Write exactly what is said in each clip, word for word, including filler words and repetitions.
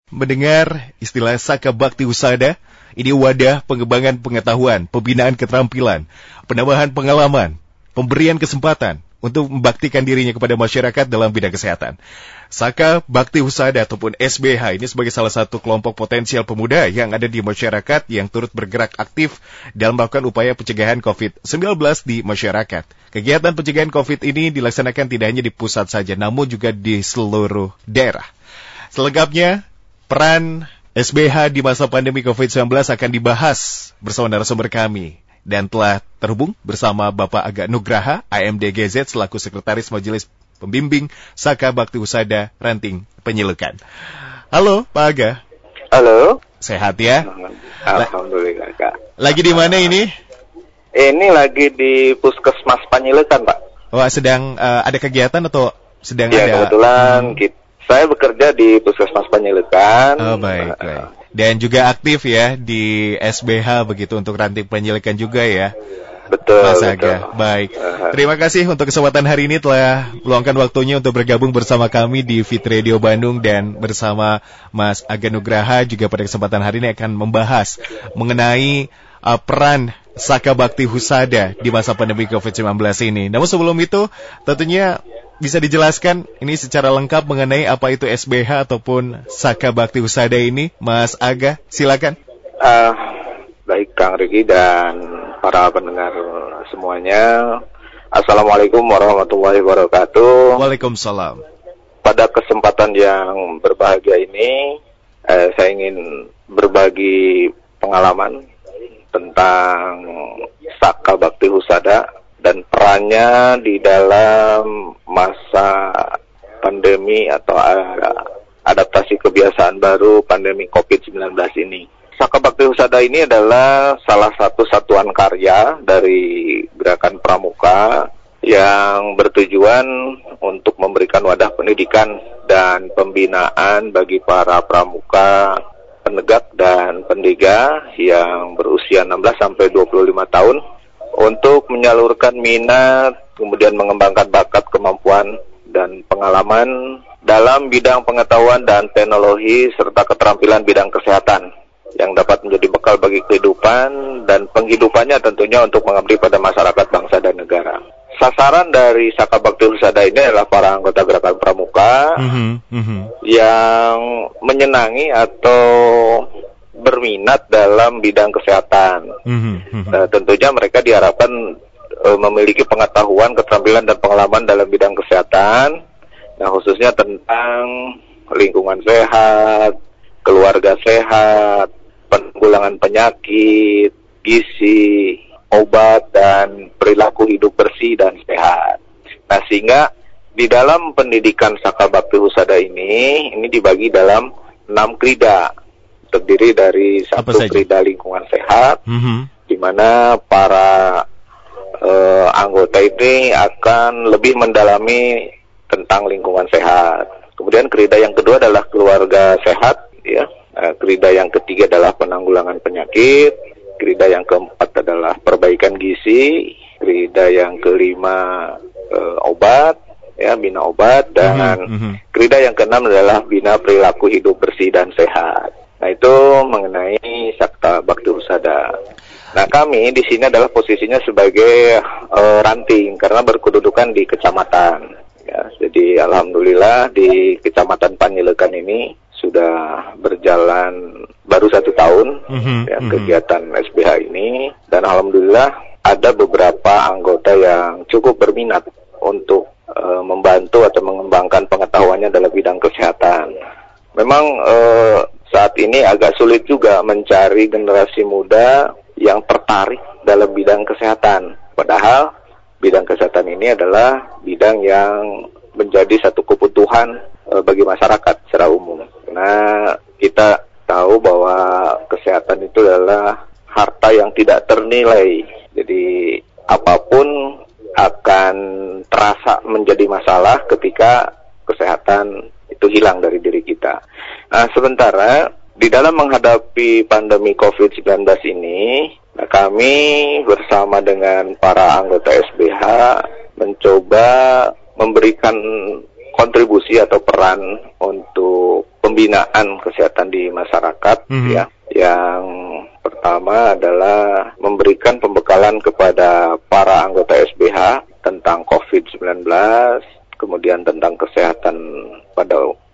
mendengar istilah Saka Bakti Husada. Ini wadah pengembangan pengetahuan, pembinaan keterampilan, penambahan pengalaman, pemberian kesempatan untuk membaktikan dirinya kepada masyarakat dalam bidang kesehatan. Saka Bakti Husada ataupun S B H ini sebagai salah satu kelompok potensial pemuda yang ada di masyarakat yang turut bergerak aktif dalam melakukan upaya pencegahan covid sembilan belas di masyarakat. Kegiatan pencegahan COVID ini dilaksanakan tidak hanya di pusat saja, namun juga di seluruh daerah. Selengkapnya, peran S B H di masa pandemi covid sembilan belas akan dibahas bersama narasumber kami. Dan telah terhubung bersama Bapak Aga Nugraha, A M D G Z, selaku Sekretaris Majelis Pembimbing Saka Bakti Husada Ranting Penyelukan. Halo, Pak Aga. Halo. Sehat ya? Alhamdulillah, Kak. Lagi di mana ini? Ini lagi di Puskesmas Penyelukan, Pak. Wah, sedang uh, ada kegiatan atau sedang ya, ada? Ya, kebetulan hmm. kita, saya bekerja di Puskesmas Penyelukan. Oh, baik, baik. Dan juga aktif ya di S B H begitu untuk Ranting Penyelukan juga ya. Betul, Mas Aga. betul. Baik. Terima kasih untuk kesempatan hari ini telah meluangkan waktunya untuk bergabung bersama kami di Fit Radio Bandung dan bersama Mas Aga Nugraha juga pada kesempatan hari ini akan membahas mengenai uh, peran Saka Bakti Husada di masa pandemi covid sembilan belas ini. Namun sebelum itu tentunya bisa dijelaskan ini secara lengkap mengenai apa itu S B H ataupun Saka Bakti Husada ini, Mas Aga, silakan. Uh, baik Kang Riki dan para pendengar semuanya, Assalamualaikum warahmatullahi wabarakatuh. Waalaikumsalam. Pada kesempatan yang berbahagia ini, eh, saya ingin berbagi pengalaman tentang Saka Bakti Husada dan perannya di dalam masa pandemi atau adaptasi kebiasaan baru pandemi covid sembilan belas ini. Saka Bakti Husada ini adalah salah satu satuan karya dari Gerakan Pramuka yang bertujuan untuk memberikan wadah pendidikan dan pembinaan bagi para pramuka, penegak dan pendiga yang berusia enam belas sampai dua puluh lima tahun untuk menyalurkan minat, kemudian mengembangkan bakat, kemampuan, dan pengalaman dalam bidang pengetahuan dan teknologi serta keterampilan bidang kesehatan yang dapat menjadi bekal bagi kehidupan dan penghidupannya tentunya untuk mengabdi pada masyarakat, bangsa, dan negara. Sasaran dari Saka Bakti Husada ini adalah para anggota Gerakan Pramuka mm-hmm, mm-hmm. yang menyenangi atau berminat dalam bidang kesehatan. Mm-hmm. Nah, tentunya mereka diharapkan e, memiliki pengetahuan, keterampilan, dan pengalaman dalam bidang kesehatan. Nah, khususnya tentang lingkungan sehat, keluarga sehat, penanggulangan penyakit, gizi, obat, dan perilaku hidup bersih dan sehat. Nah, sehingga di dalam pendidikan Saka Bakti Husada ini, ini dibagi dalam enam krida. Terdiri dari satu krida lingkungan sehat, mm-hmm. di mana para uh, anggota ini akan lebih mendalami tentang lingkungan sehat. Kemudian krida yang kedua adalah keluarga sehat, ya. Uh, krida yang ketiga adalah penanggulangan penyakit. Krida yang keempat adalah perbaikan gizi. Krida yang kelima uh, obat, ya, bina obat. Dan mm-hmm. krida yang keenam adalah bina perilaku hidup bersih dan sehat. Nah, itu mengenai Saka Bakti Husada. Nah, kami di sini adalah posisinya sebagai uh, ranting karena berkedudukan di kecamatan. Ya, jadi alhamdulillah di Kecamatan Penyelukan ini sudah berjalan baru satu tahun mm-hmm, ya, mm-hmm. kegiatan S B H ini, dan alhamdulillah ada beberapa anggota yang cukup berminat untuk uh, membantu atau mengembangkan pengetahuannya dalam bidang kesehatan. Memang uh, saat ini agak sulit juga mencari generasi muda yang tertarik dalam bidang kesehatan. Padahal bidang kesehatan ini adalah bidang yang menjadi satu kebutuhan e, bagi masyarakat secara umum. Karena kita tahu bahwa kesehatan itu adalah harta yang tidak ternilai. Jadi apapun akan terasa menjadi masalah ketika kesehatan itu hilang dari diri kita. Nah, sementara di dalam menghadapi pandemi covid sembilan belas ini, nah, kami bersama dengan para anggota S B H mencoba memberikan kontribusi atau peran untuk pembinaan kesehatan di masyarakat, mm-hmm. ya. Yang pertama adalah memberikan pembekalan kepada para anggota S B H tentang covid sembilan belas, kemudian tentang kesehatan pada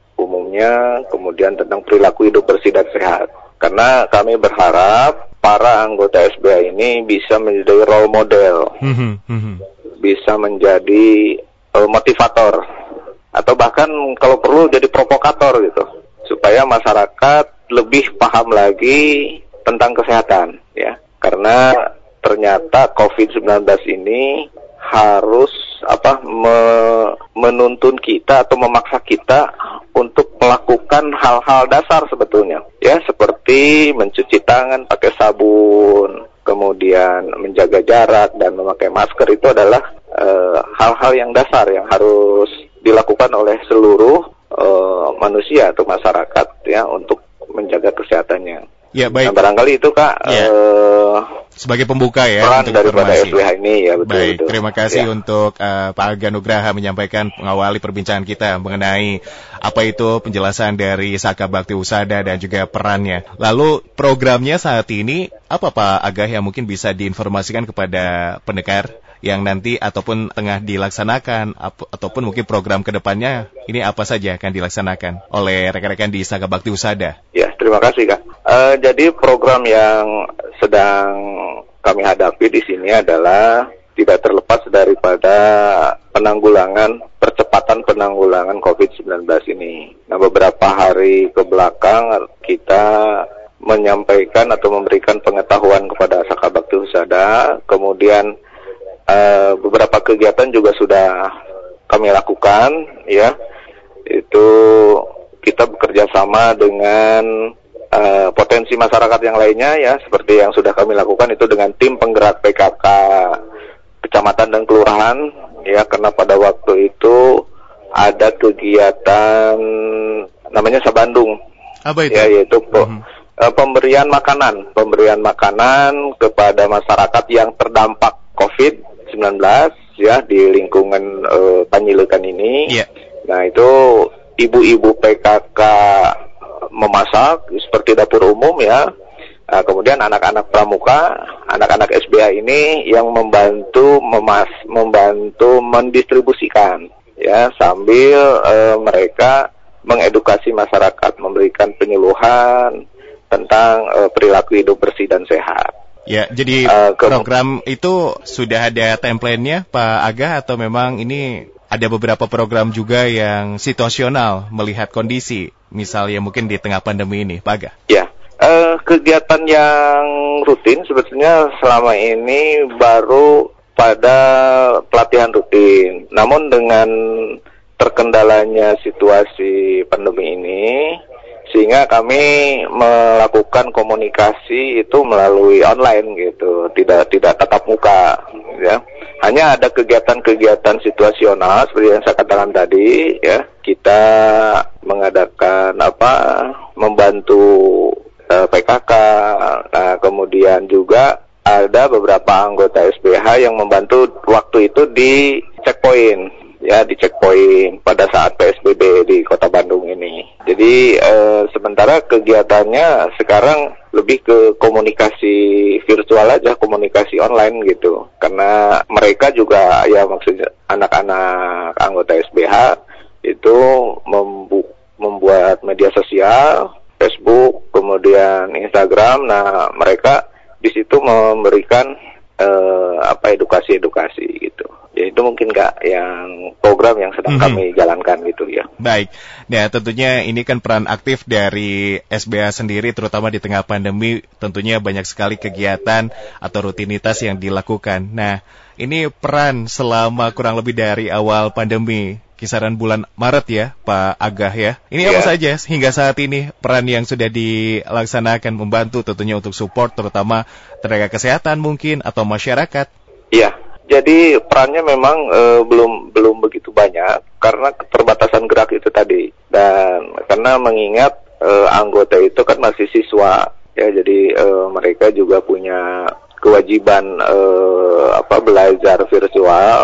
umumnya, kemudian tentang perilaku hidup bersih dan sehat. Karena kami berharap para anggota S B H ini bisa menjadi role model, mm-hmm. bisa menjadi uh, motivator, atau bahkan kalau perlu jadi provokator gitu, supaya masyarakat lebih paham lagi tentang kesehatan, ya. Karena ternyata covid sembilan belas ini harus apa me- menuntun kita atau memaksa kita untuk melakukan hal-hal dasar sebetulnya, ya, seperti mencuci tangan pakai sabun, kemudian menjaga jarak dan memakai masker. Itu adalah uh, hal-hal yang dasar yang harus dilakukan oleh seluruh uh, manusia atau masyarakat, ya, untuk menjaga kesehatannya. Ya, baik. Nah, barangkali itu Kak ya. uh, sebagai pembuka ya peran untuk daripada informasi. S B H ini, ya, betul. Baik, betul. terima kasih ya. untuk uh, Pak Aga Nugraha menyampaikan mengawali perbincangan kita mengenai apa itu penjelasan dari Saka Bakti Husada dan juga perannya. Lalu programnya saat ini apa Pak Aga yang mungkin bisa diinformasikan kepada pendengar yang nanti ataupun tengah dilaksanakan ap- ataupun mungkin program kedepannya ini apa saja akan dilaksanakan oleh rekan-rekan di Saka Bakti Husada? Ya, terima kasih Kak. Uh, jadi program yang sedang kami hadapi di sini adalah tidak terlepas daripada penanggulangan, percepatan penanggulangan covid sembilan belas ini. Nah, beberapa hari ke belakang kita menyampaikan atau memberikan pengetahuan kepada Saka Bakti Husada, kemudian Uh, beberapa kegiatan juga sudah kami lakukan, ya. Itu kita bekerja sama dengan uh, potensi masyarakat yang lainnya, ya, seperti yang sudah kami lakukan itu dengan tim penggerak P K K kecamatan dan kelurahan, ya, karena pada waktu itu ada kegiatan namanya Sabandung, apa itu? Ya, yaitu mm-hmm. uh, pemberian makanan, pemberian makanan kepada masyarakat yang terdampak covid sembilan belas, ya, di lingkungan uh, Panjilekan ini. Yeah. Nah, itu ibu-ibu P K K memasak seperti dapur umum, ya. Nah, kemudian anak-anak pramuka, anak-anak S B H ini yang membantu memas membantu mendistribusikan, ya, sambil uh, mereka mengedukasi masyarakat, memberikan penyuluhan tentang uh, perilaku hidup bersih dan sehat. Ya, jadi uh, ke- program itu sudah ada template-nya Pak Aga atau memang ini ada beberapa program juga yang situasional melihat kondisi, misalnya mungkin di tengah pandemi ini, Pak Aga? Ya, uh, kegiatan yang rutin sebetulnya selama ini baru pada pelatihan rutin. Namun dengan terkendalanya situasi pandemi ini, sehingga kami melakukan komunikasi itu melalui online gitu, tidak tidak tatap muka, ya. Hanya ada kegiatan-kegiatan situasional seperti yang saya katakan tadi, ya. Kita mengadakan apa? Membantu uh, P K K, nah, kemudian juga ada beberapa anggota S B H yang membantu waktu itu di checkpoint. Ya, di checkpoint pada saat P S B B di Kota Bandung ini. Jadi eh, sementara kegiatannya sekarang lebih ke komunikasi virtual aja, komunikasi online gitu. Karena mereka juga, ya, maksudnya anak-anak anggota S B H itu membu- membuat media sosial, Facebook, kemudian Instagram. Nah, mereka di situ memberikan eh, apa edukasi-edukasi gitu. Ya, itu mungkin Kak yang program yang sedang mm-hmm. kami jalankan gitu, ya. Baik. Nah, tentunya ini kan peran aktif dari S B H sendiri terutama di tengah pandemi, tentunya banyak sekali kegiatan atau rutinitas yang dilakukan. Nah, ini peran selama kurang lebih dari awal pandemi, kisaran bulan Maret ya, Pak Aga ya. Ini yeah. apa saja hingga saat ini peran yang sudah dilaksanakan membantu tentunya untuk support terutama tenaga kesehatan mungkin atau masyarakat? Iya. Yeah. Jadi perannya memang e, belum belum begitu banyak karena keterbatasan gerak itu tadi, dan karena mengingat e, anggota itu kan masih siswa, ya, jadi e, mereka juga punya kewajiban e, apa belajar virtual,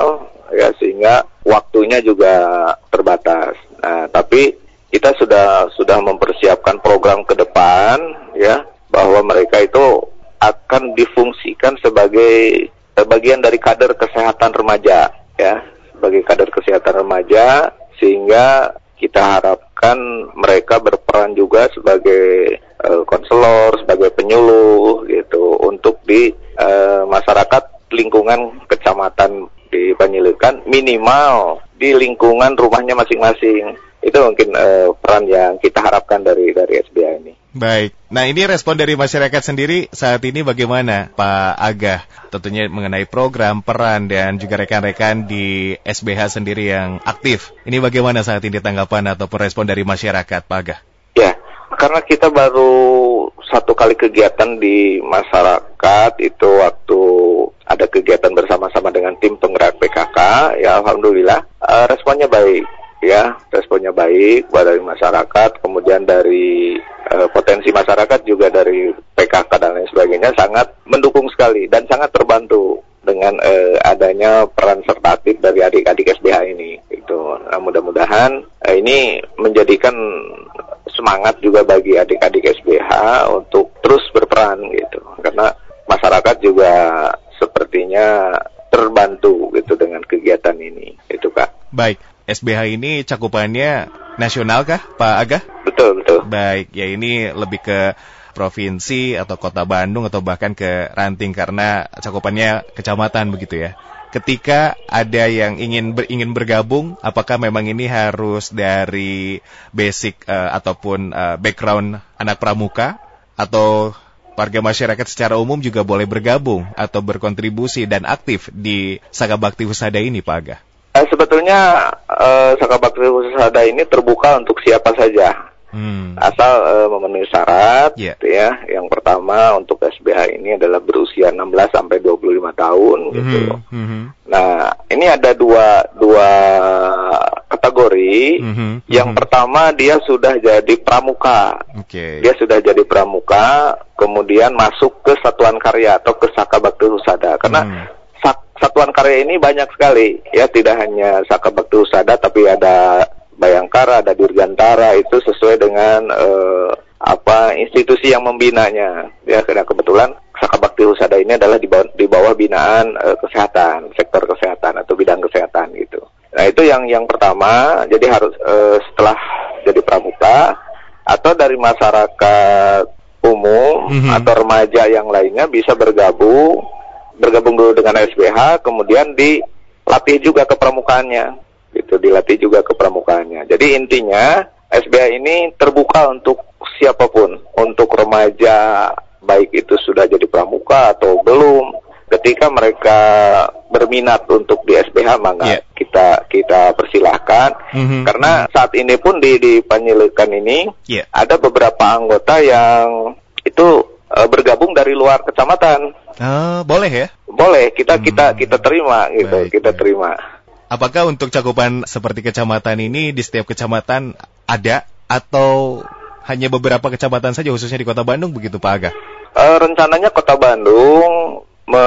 ya, sehingga waktunya juga terbatas. Nah, tapi kita sudah sudah mempersiapkan program ke depan, ya, bahwa mereka itu akan difungsikan sebagai bagian dari kader kesehatan remaja, ya, sebagai kader kesehatan remaja, sehingga kita harapkan mereka berperan juga sebagai uh, konselor, sebagai penyuluh, gitu, untuk di uh, masyarakat lingkungan kecamatan di Panjilikan, minimal di lingkungan rumahnya masing-masing. Itu mungkin uh, peran yang kita harapkan dari dari S B H ini. Baik. Nah, ini respon dari masyarakat sendiri saat ini bagaimana, Pak Agah? Tentunya mengenai program, peran, dan juga rekan-rekan di S B H sendiri yang aktif. Ini bagaimana saat ini tanggapan ataupun respon dari masyarakat, Pak Agah? Ya, karena kita baru satu kali kegiatan di masyarakat, itu waktu ada kegiatan bersama-sama dengan tim penggerak P K K, ya alhamdulillah uh, responnya baik. Ya, responnya baik dari masyarakat, kemudian dari uh, potensi masyarakat juga dari P K K dan lain sebagainya sangat mendukung sekali dan sangat terbantu dengan uh, adanya peran serta aktif dari adik-adik S B H ini. Itu, nah, mudah-mudahan uh, ini menjadikan semangat juga bagi adik-adik S B H untuk terus berperan gitu, karena masyarakat juga sepertinya terbantu gitu dengan kegiatan ini. Itu, Kak. Baik. S B H ini cakupannya nasional kah, Pak Agah? Betul, betul. Baik, ya ini lebih ke provinsi atau kota Bandung atau bahkan ke Ranting karena cakupannya kecamatan begitu ya. Ketika ada yang ingin ber, ingin bergabung, apakah memang ini harus dari basic uh, ataupun uh, background anak pramuka atau warga masyarakat secara umum juga boleh bergabung atau berkontribusi dan aktif di Saka Bakti Husada ini, Pak Agah? Eh, sebetulnya eh, Saka Bakti Husada ini terbuka untuk siapa saja, hmm. asal eh, memenuhi syarat, yeah. gitu ya. Yang pertama untuk S B H ini adalah berusia enam belas sampai dua puluh lima tahun, mm-hmm. gitu. Mm-hmm. Nah, ini ada dua dua kategori. Mm-hmm. Yang mm-hmm. pertama dia sudah jadi pramuka, okay. dia sudah jadi pramuka, kemudian masuk ke Satuan Karya atau ke Saka Bakti Husada, karena mm. Satuan Karya ini banyak sekali, ya, tidak hanya Saka Bakti Husada, tapi ada Bayangkara, ada Dirgantara, itu sesuai dengan uh, apa institusi yang membinanya, ya, karena kebetulan Saka Bakti Husada ini adalah di bawah, di bawah binaan uh, kesehatan, sektor kesehatan atau bidang kesehatan gitu. Nah, itu yang yang pertama, jadi harus uh, setelah jadi pramuka atau dari masyarakat umum mm-hmm. atau remaja yang lainnya bisa bergabung bergabung dulu dengan S B H, kemudian dilatih juga kepramukaannya, gitu, dilatih juga kepramukaannya. Jadi intinya S B H ini terbuka untuk siapapun, untuk remaja, baik itu sudah jadi pramuka atau belum. Ketika mereka berminat untuk di S B H, maka yeah. kita kita persilahkan. Mm-hmm. Karena saat ini pun di di Panjilikan ini yeah. ada beberapa anggota yang itu uh, bergabung dari luar kecamatan. Oh, boleh ya? Boleh, kita hmm. kita kita terima gitu, baik, kita baik. terima. Apakah untuk cakupan seperti kecamatan ini di setiap kecamatan ada atau hanya beberapa kecamatan saja khususnya di Kota Bandung begitu, Pak Agah? Uh, rencananya Kota Bandung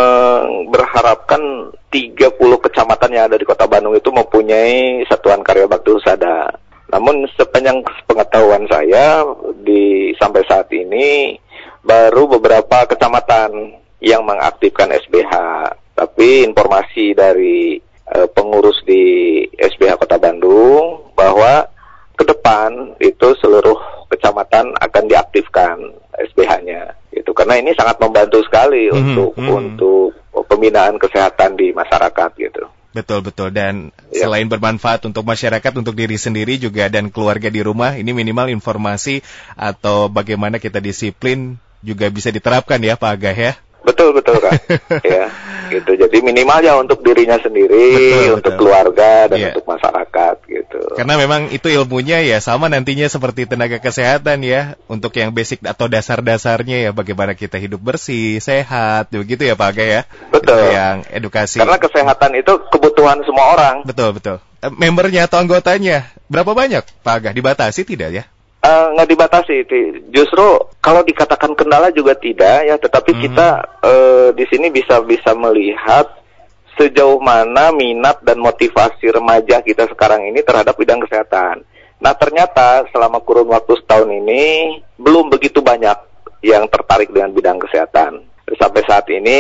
berharapkan tiga puluh kecamatan yang ada di Kota Bandung itu mempunyai Satuan Karya Bakti Husada. Namun sepanjang pengetahuan saya di sampai saat ini baru beberapa kecamatan yang mengaktifkan S B H. Tapi informasi dari uh, pengurus di S B H Kota Bandung bahwa ke depan itu seluruh kecamatan akan diaktifkan S B H-nya. Itu karena ini sangat membantu sekali mm-hmm. untuk mm-hmm. untuk pembinaan kesehatan di masyarakat gitu. Betul betul dan ya. Selain bermanfaat untuk masyarakat, untuk diri sendiri juga dan keluarga di rumah, ini minimal informasi atau bagaimana kita disiplin juga bisa diterapkan ya, Pak Agah ya. Betul betul Kak. Ya, gitu. Jadi minimal ya untuk dirinya sendiri, betul, untuk betul. keluarga dan yeah. untuk masyarakat gitu. Karena memang itu ilmunya ya sama nantinya seperti tenaga kesehatan ya, untuk yang basic atau dasar-dasarnya ya, bagaimana kita hidup bersih, sehat, begitu ya Pak Agah ya. Betul. Itu yang edukasi. Karena kesehatan itu kebutuhan semua orang. Betul betul. Membernya atau anggotanya berapa banyak Pak Agah? Dibatasi tidak ya? Uh, nggak dibatasi, justru kalau dikatakan kendala juga tidak ya, tetapi mm-hmm. kita uh, di sini bisa bisa melihat sejauh mana minat dan motivasi remaja kita sekarang ini terhadap bidang kesehatan. Nah, ternyata selama kurun waktu setahun ini belum begitu banyak yang tertarik dengan bidang kesehatan. Sampai saat ini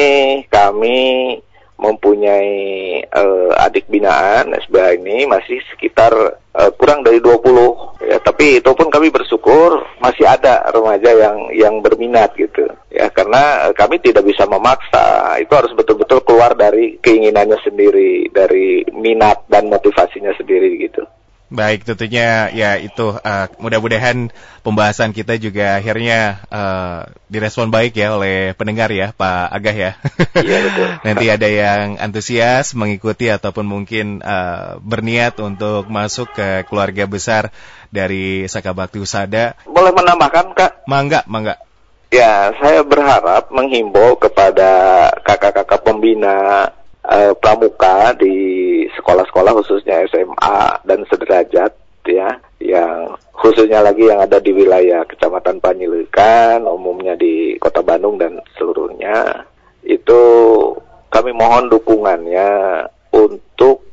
kami mempunyai uh, adik binaan S B H ini masih sekitar uh, kurang dari dua puluh ya, tapi itu pun kami bersyukur masih ada remaja yang yang berminat gitu ya, karena uh, kami tidak bisa memaksa, itu harus betul-betul keluar dari keinginannya sendiri, dari minat dan motivasinya sendiri gitu. Baik, tentunya ya itu uh, mudah-mudahan pembahasan kita juga akhirnya uh, direspon baik ya oleh pendengar ya Pak Agah ya. Iya betul. Nanti ada yang antusias mengikuti ataupun mungkin uh, berniat untuk masuk ke keluarga besar dari Saka Bakti Husada. Boleh menambahkan Kak? Mangga, mangga. Ya, saya berharap menghimbau kepada kakak-kakak pembina Uh, pramuka di sekolah-sekolah khususnya S M A dan sederajat ya, yang khususnya lagi yang ada di wilayah Kecamatan Panyilekan, umumnya di Kota Bandung dan seluruhnya, itu kami mohon dukungannya untuk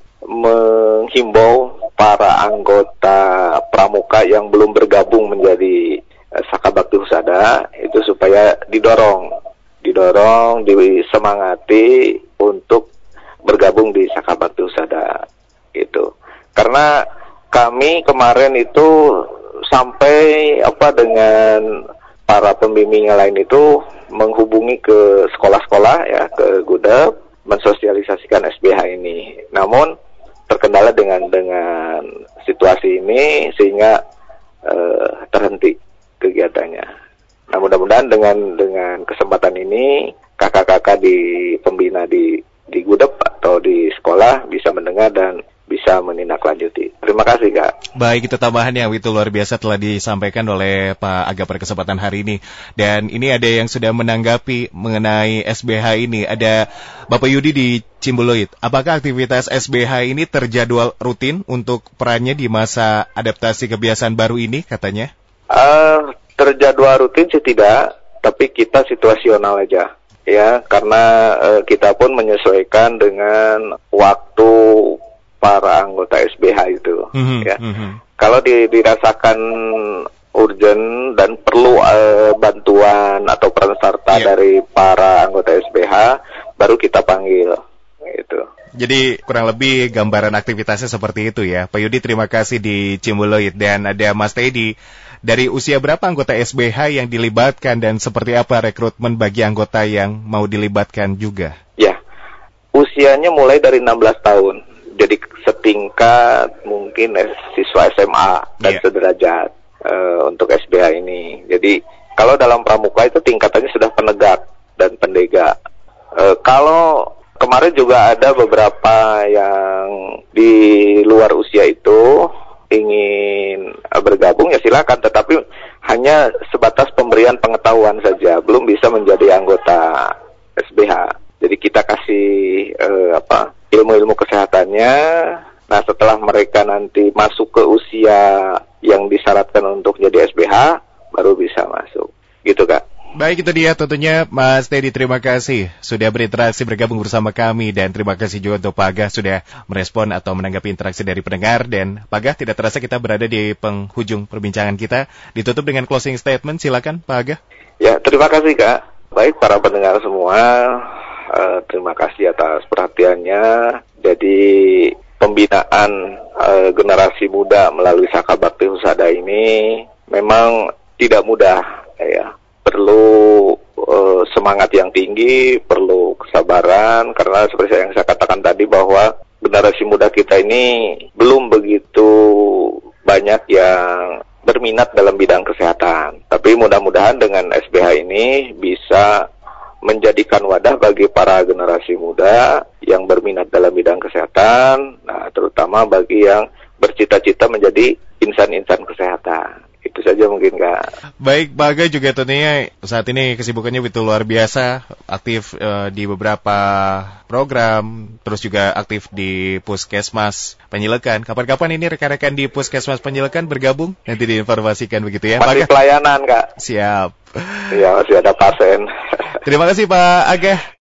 menghimbau para anggota pramuka yang belum bergabung menjadi uh, Saka Bakti Husada itu supaya didorong, didorong, disemangati untuk bergabung di Saka Bakti Husada gitu. Karena kami kemarin itu sampai apa dengan para pembimbing lain itu menghubungi ke sekolah-sekolah ya, ke Gudeg, mensosialisasikan S B H ini. Namun terkendala dengan dengan situasi ini sehingga eh, terhenti kegiatannya. Nah, mudah-mudahan dengan dengan kesempatan ini kakak-kakak di pembina di di Gudeg atau di sekolah bisa mendengar dan bisa menindaklanjuti. Terima kasih Kak. Baik, itu tambahan yang itu luar biasa telah disampaikan oleh Pak Agah pada kesempatan hari ini. Dan ini ada yang sudah menanggapi mengenai S B H ini. Ada Bapak Yudi di Cimbuluit. Apakah aktivitas S B H ini terjadwal rutin untuk perannya di masa adaptasi kebiasaan baru ini katanya? Uh, terjadwal rutin sih tidak, tapi kita situasional aja. Ya, karena uh, kita pun menyesuaikan dengan waktu para anggota S B H itu. Mm-hmm, ya, mm-hmm. Kalau di, dirasakan urgent dan perlu uh, bantuan atau peran serta yeah. dari para anggota S B H, baru kita panggil. Gitu. Jadi kurang lebih gambaran aktivitasnya seperti itu ya. Pak Yudi, terima kasih di Cimbuluit. Dan ada Mas Teddy. Dari usia berapa anggota S B H yang dilibatkan dan seperti apa rekrutmen bagi anggota yang mau dilibatkan juga? Ya, usianya mulai dari enam belas tahun. Jadi setingkat mungkin siswa S M A dan yeah. sederajat uh, untuk S B H ini. Jadi kalau dalam pramuka itu tingkatannya sudah penegak dan pendega. Uh, kalau kemarin juga ada beberapa yang di luar usia itu ingin bergabung ya silakan, tetapi hanya sebatas pemberian pengetahuan saja, belum bisa menjadi anggota S B H. Jadi kita kasih eh, apa ilmu-ilmu kesehatannya. Nah, setelah mereka nanti masuk ke usia yang disyaratkan untuk jadi S B H, baru bisa masuk. Gitu Kak. Baik, itu dia tentunya Mas Teddy, terima kasih sudah berinteraksi bergabung bersama kami, dan terima kasih juga untuk Pak Agah sudah merespon atau menanggapi interaksi dari pendengar. Dan Pak Agah, tidak terasa kita berada di penghujung perbincangan kita. Ditutup dengan closing statement, silakan Pak Agah. Ya, terima kasih Kak. Baik para pendengar semua, uh, terima kasih atas perhatiannya. Jadi pembinaan uh, generasi muda melalui Saka Bakti Husada ini memang tidak mudah ya. Perlu uh, semangat yang tinggi, perlu kesabaran, karena seperti yang saya katakan tadi bahwa generasi muda kita ini belum begitu banyak yang berminat dalam bidang kesehatan. Tapi mudah-mudahan dengan S B H ini bisa menjadikan wadah bagi para generasi muda yang berminat dalam bidang kesehatan, nah terutama bagi yang bercita-cita menjadi insan-insan kesehatan. Itu saja mungkin Kak. Baik, Pak Agah juga tentunya saat ini kesibukannya betul luar biasa, aktif uh, di beberapa program, terus juga aktif di Puskesmas Panyilekan. Kapan-kapan ini rekan-rekan di Puskesmas Panyilekan bergabung, nanti diinformasikan begitu ya. Masih Pak pelayanan Kak. Siap. Iya, masih ada pasien. Terima kasih Pak Agah.